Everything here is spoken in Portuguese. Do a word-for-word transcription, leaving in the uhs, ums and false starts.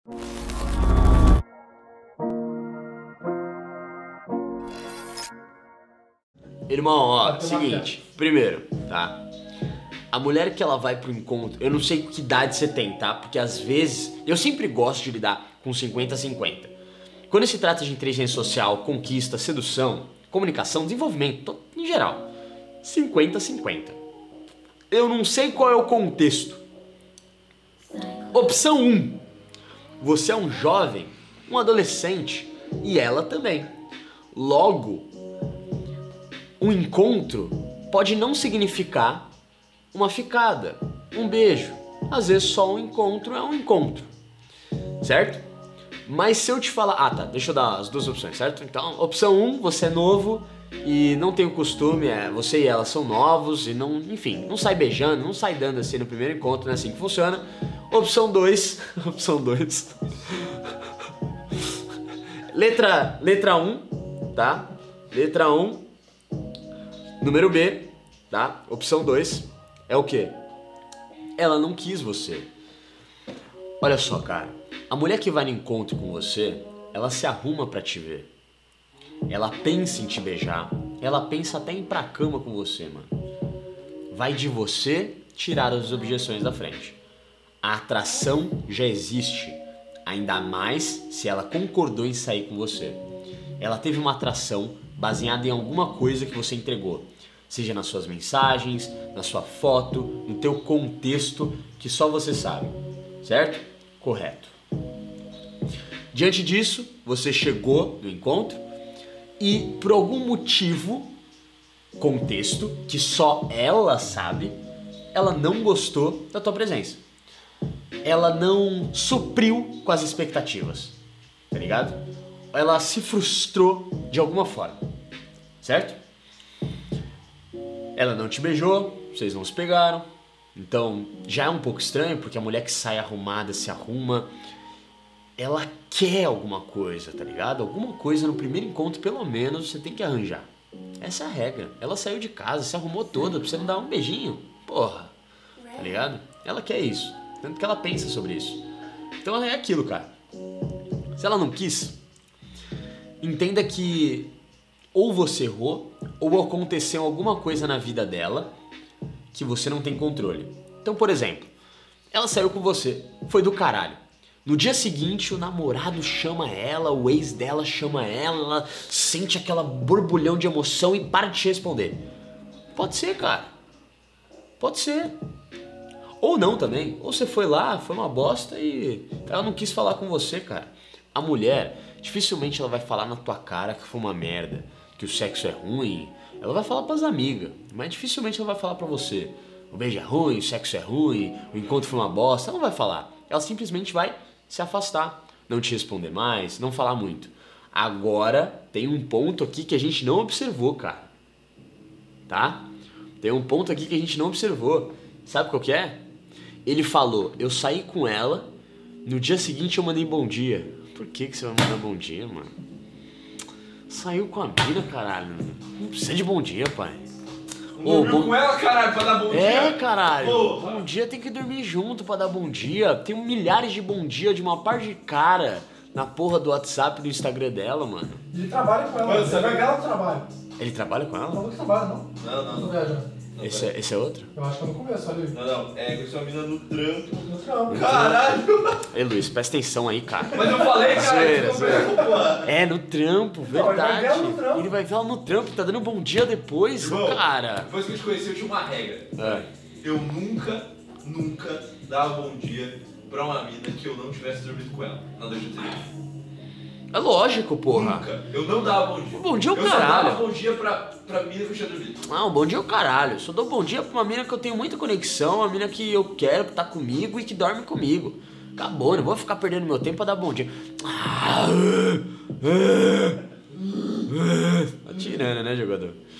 Irmão, ó, seguinte, primeiro, tá? A mulher que ela vai pro encontro, eu não sei que idade você tem, tá? Porque às vezes, eu sempre gosto de lidar com cinquenta a cinquenta. Quando se trata de inteligência social, conquista, sedução, comunicação, desenvolvimento, em geral, cinquenta a cinquenta. Eu não sei qual é o contexto. Opção um. Você é um jovem, um adolescente, e ela também. Logo, um encontro pode não significar uma ficada, um beijo. Às vezes só um encontro é um encontro, certo? Mas se eu te falar... Ah, tá, deixa eu dar as duas opções, certo? Então, opção um, você é novo e não tem o costume, é, você e ela são novos e não... Enfim, não sai beijando, não sai dando assim no primeiro encontro, não é assim que funciona. Opção dois... opção dois... letra, letra um, tá? Letra um... Número B, tá? Opção dois é o quê? Ela não quis você. Olha só, cara. A mulher que vai no encontro com você, ela se arruma pra te ver. Ela pensa em te beijar. Ela pensa até em ir pra cama com você, mano. Vai de você tirar as objeções da frente. A atração já existe. Ainda mais se ela concordou em sair com você. Ela teve uma atração baseada em alguma coisa que você entregou, seja nas suas mensagens, na sua foto, no teu contexto que só você sabe, certo? Correto. Diante disso, você chegou no encontro e por algum motivo, contexto, que só ela sabe, ela não gostou da tua presença. Ela não supriu com as expectativas, tá ligado? Ela se frustrou de alguma forma, certo? Ela não te beijou, vocês não se pegaram, então já é um pouco estranho, porque a mulher que sai arrumada, se arruma, ela quer alguma coisa, tá ligado? Alguma coisa no primeiro encontro, pelo menos, você tem que arranjar. Essa é a regra. Ela saiu de casa, se arrumou toda, pra você não dar um beijinho, porra, tá ligado? Ela quer isso, tanto que ela pensa sobre isso. Então é aquilo, cara. Se ela não quis, entenda que ou você errou, ou aconteceu alguma coisa na vida dela que você não tem controle. Então, por exemplo, ela saiu com você, foi do caralho. No dia seguinte, o namorado chama ela, o ex dela chama ela, ela sente aquela borbulhão de emoção e para de te responder. Pode ser, cara. Pode ser. Ou não também. Ou você foi lá, foi uma bosta e ela não quis falar com você, cara. A mulher, dificilmente ela vai falar na tua cara que foi uma merda, que o sexo é ruim. Ela vai falar pras amigas, mas dificilmente ela vai falar pra você. O beijo é ruim, o sexo é ruim, o encontro foi uma bosta. Ela não vai falar. Ela simplesmente vai se afastar, não te responder mais, não falar muito. Agora, tem um ponto aqui que a gente não observou, cara. Tá? Tem um ponto aqui que a gente não observou. Sabe qual que é? Ele falou, eu saí com ela, no dia seguinte eu mandei bom dia. Por que que você vai mandar bom dia, mano? Saiu com a mina, caralho. Não precisa de bom dia, pai. Dormiu bom... com ela, caralho, pra dar bom dia. É, caralho. Porra. Bom dia tem que dormir junto pra dar bom dia. Tem milhares de bom dia de uma par de cara na porra do WhatsApp e do Instagram dela, mano. Ele trabalha com ela. Mano, você vai ver ela no trabalho. Ele trabalha com ela? Não, não trabalha, não. Não, não, não. Não. Esse é, esse é outro? Eu acho que eu não conheço, olha aí. Não, não. É, conheci uma mina no trampo. No trampo. Caralho. Ei, Luiz, presta atenção aí, cara. Mas eu falei, cara. Zoeira, que zoeira. porra. É, no trampo, Não, ele vai verdade. ver ela no trampo. Ele vai ver ela no trampo, tá dando bom dia depois, Irmão, cara. Depois que eu te conheci, eu tinha uma regra. É. Eu nunca, nunca dava bom dia pra uma mina que eu não tivesse dormido com ela na noite anterior. É lógico, porra. Nunca. Eu não dava bom dia. Bom dia é o eu caralho. Eu só dava bom dia pra, pra mina que eu tinha dormido. Não, bom dia é o caralho. Eu só dou bom dia pra uma mina que eu tenho muita conexão, uma mina que eu quero, que tá comigo e que dorme comigo. Acabou, não vou ficar perdendo meu tempo pra dar bom dia. Tá tirando, né, jogador?